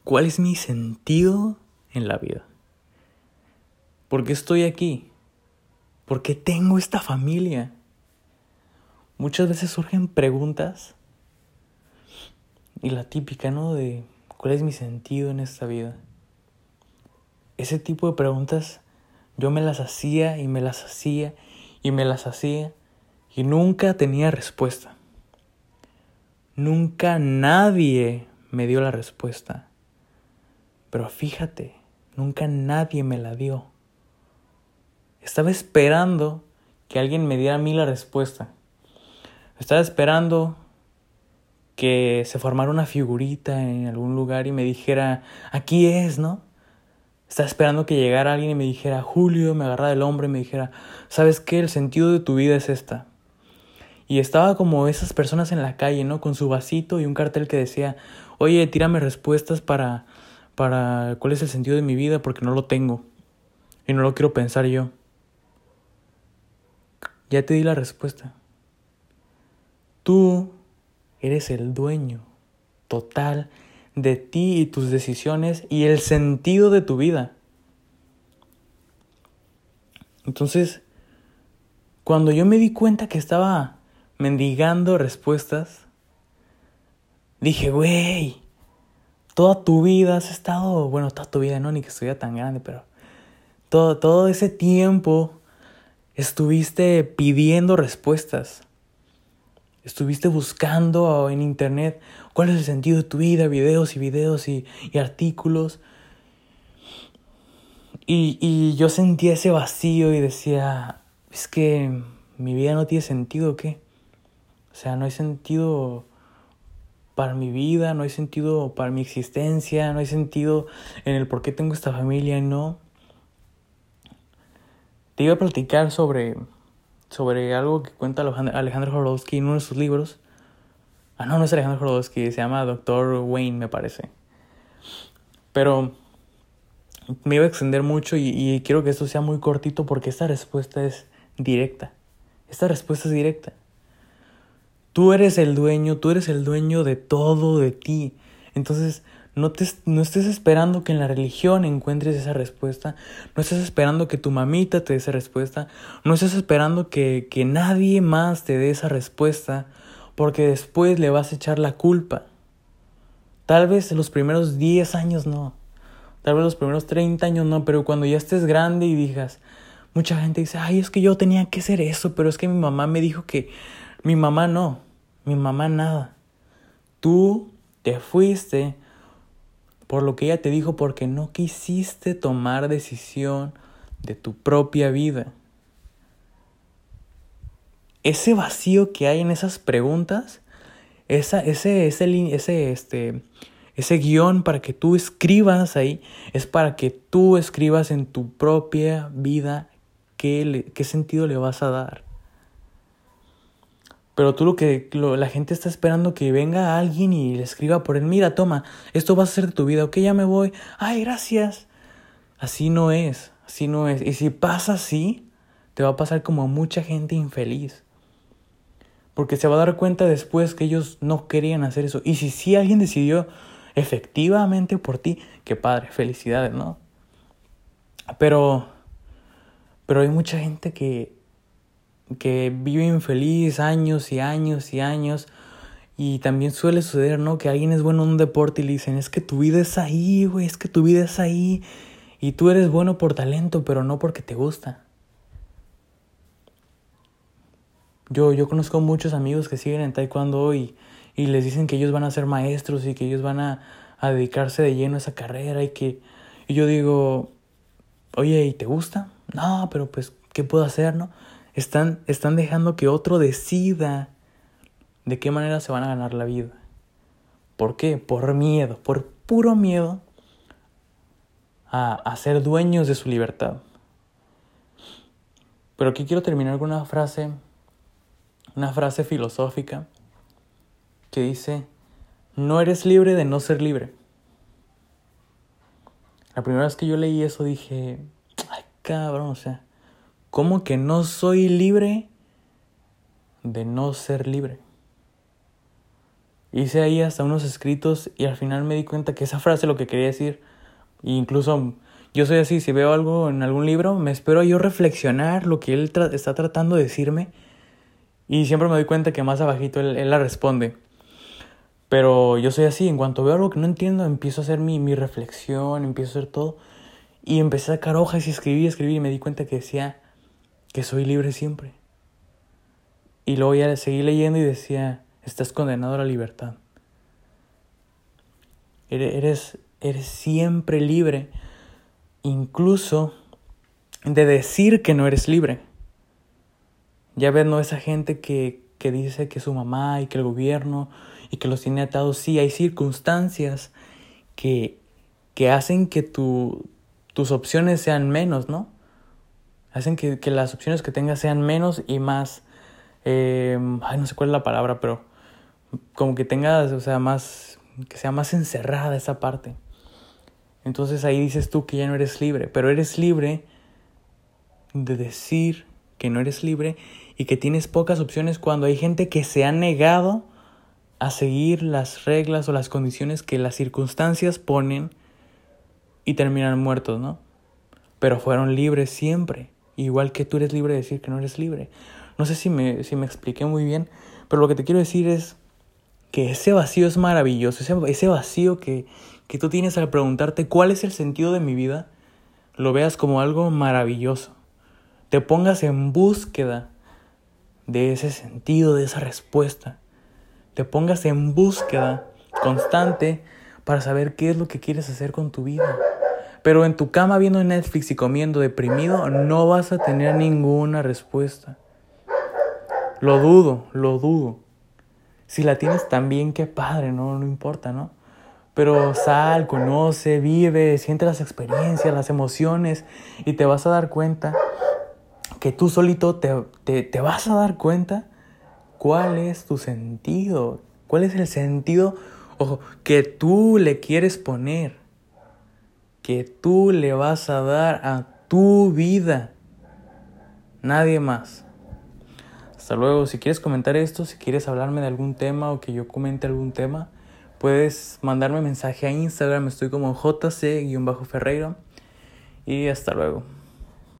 ¿cuál es mi sentido en la vida? ¿Por qué estoy aquí? ¿Por qué tengo esta familia? Muchas veces surgen preguntas y la típica, ¿no? De ¿cuál es mi sentido en esta vida? Ese tipo de preguntas yo me las hacía y me las hacía y me las hacía y nunca tenía respuesta. Nunca nadie me dio la respuesta. Pero fíjate, nunca nadie me la dio. Estaba esperando que alguien me diera a mí la respuesta. Estaba esperando que se formara una figurita en algún lugar y me dijera, aquí es, ¿no? Estaba esperando que llegara alguien y me dijera, Julio, me agarrara del hombro y me dijera, ¿sabes qué? El sentido de tu vida es esta. Y estaba como esas personas en la calle, ¿no? Con su vasito y un cartel que decía, oye, tírame respuestas para cuál es el sentido de mi vida porque no lo tengo. Y no lo quiero pensar yo. Ya te di la respuesta. Tú eres el dueño total de ti y tus decisiones y el sentido de tu vida. Entonces, cuando yo me di cuenta que estaba mendigando respuestas, dije, güey, toda tu vida has estado, bueno, toda tu vida no, ni que estuviera tan grande, pero todo ese tiempo estuviste pidiendo respuestas. Estuviste buscando en internet cuál es el sentido de tu vida, videos y artículos. Y yo sentía ese vacío y decía, es que mi vida no tiene sentido, ¿o qué? O sea, no hay sentido para mi vida, no hay sentido para mi existencia, no hay sentido en el por qué tengo esta familia, no. Te iba a platicar sobre algo que cuenta Alejandro Jodorowsky en uno de sus libros. No es Alejandro Jodorowsky, se llama Dr. Wayne, me parece. Pero me iba a extender mucho y quiero que esto sea muy cortito porque esta respuesta es directa. Esta respuesta es directa. Tú eres el dueño de todo de ti. Entonces, no estés esperando que en la religión encuentres esa respuesta. No estés esperando que tu mamita te dé esa respuesta. No estés esperando que nadie más te dé esa respuesta, porque después le vas a echar la culpa. Tal vez en los primeros 10 años no. Tal vez los primeros 30 años no, pero cuando ya estés grande y digas, mucha gente dice, ay, es que yo tenía que hacer eso, pero es que mi mamá me dijo que... Mi mamá no, mi mamá nada. Tú te fuiste por lo que ella te dijo porque no quisiste tomar decisión de tu propia vida. Ese vacío que hay en esas preguntas, ese guión para que tú escribas ahí, es para que tú escribas en tu propia vida qué sentido le vas a dar. Pero tú la gente está esperando que venga alguien y le escriba por él, mira, toma, esto va a ser de tu vida, ok, ya me voy, ay, gracias. Así no es. Y si pasa así, te va a pasar como a mucha gente infeliz. Porque se va a dar cuenta después que ellos no querían hacer eso. Y si sí alguien decidió efectivamente por ti, qué padre, felicidades, ¿no? Pero hay mucha gente que vive infeliz años y años y años. Y también suele suceder, ¿no? Que alguien es bueno en un deporte y le dicen, es que tu vida es ahí, güey, es que tu vida es ahí. Y tú eres bueno por talento, pero no porque te gusta. Yo conozco muchos amigos que siguen en taekwondo y les dicen que ellos van a ser maestros y que ellos van a dedicarse de lleno a esa carrera y yo digo, oye, ¿y te gusta? No, pero pues, ¿qué puedo hacer, no? Están dejando que otro decida de qué manera se van a ganar la vida. ¿Por qué? Por miedo, por puro miedo a ser dueños de su libertad. Pero aquí quiero terminar con una frase filosófica que dice, no eres libre de no ser libre. La primera vez que yo leí eso dije, ay cabrón, o sea, ¿cómo que no soy libre de no ser libre? hice ahí hasta unos escritos y al final me di cuenta que esa frase es lo que quería decir. E incluso yo soy así, si veo algo en algún libro, me espero a yo reflexionar lo que él está tratando de decirme y siempre me doy cuenta que más abajito él la responde. Pero yo soy así, en cuanto veo algo que no entiendo, empiezo a hacer mi reflexión, empiezo a hacer todo. Y empecé a sacar hojas y escribí y me di cuenta que decía que soy libre siempre. Y luego ya seguí leyendo y decía, estás condenado a la libertad. Eres siempre libre, incluso de decir que no eres libre. Ya ves, ¿no? Esa gente que dice que su mamá y que el gobierno y que los tiene atados. Sí, hay circunstancias que hacen que tus opciones sean menos, ¿no? Hacen que las opciones que tengas sean menos y más... no sé cuál es la palabra, pero como que tengas, o sea, más... que sea más encerrada esa parte. Entonces ahí dices tú que ya no eres libre, pero eres libre de decir que no eres libre y que tienes pocas opciones cuando hay gente que se ha negado a seguir las reglas o las condiciones que las circunstancias ponen y terminan muertos, ¿no? Pero fueron libres siempre, igual que tú eres libre de decir que no eres libre. No sé si me expliqué muy bien, pero lo que te quiero decir es que ese vacío es maravilloso, ese vacío que tú tienes al preguntarte cuál es el sentido de mi vida, lo veas como algo maravilloso. Te pongas en búsqueda de ese sentido, de esa respuesta. Te pongas en búsqueda constante para saber qué es lo que quieres hacer con tu vida. Pero en tu cama viendo Netflix y comiendo deprimido, no vas a tener ninguna respuesta. Lo dudo. Si la tienes también, qué padre, no importa, ¿no? Pero sal, conoce, vive, siente las experiencias, las emociones y te vas a dar cuenta que tú solito te vas a dar cuenta cuál es tu sentido, cuál es el sentido, ojo, que tú le quieres poner, que tú le vas a dar a tu vida, nadie más. Hasta luego. Si quieres comentar esto, si quieres hablarme de algún tema o que yo comente algún tema, puedes mandarme mensaje a Instagram, estoy como jc_ferreira y hasta luego.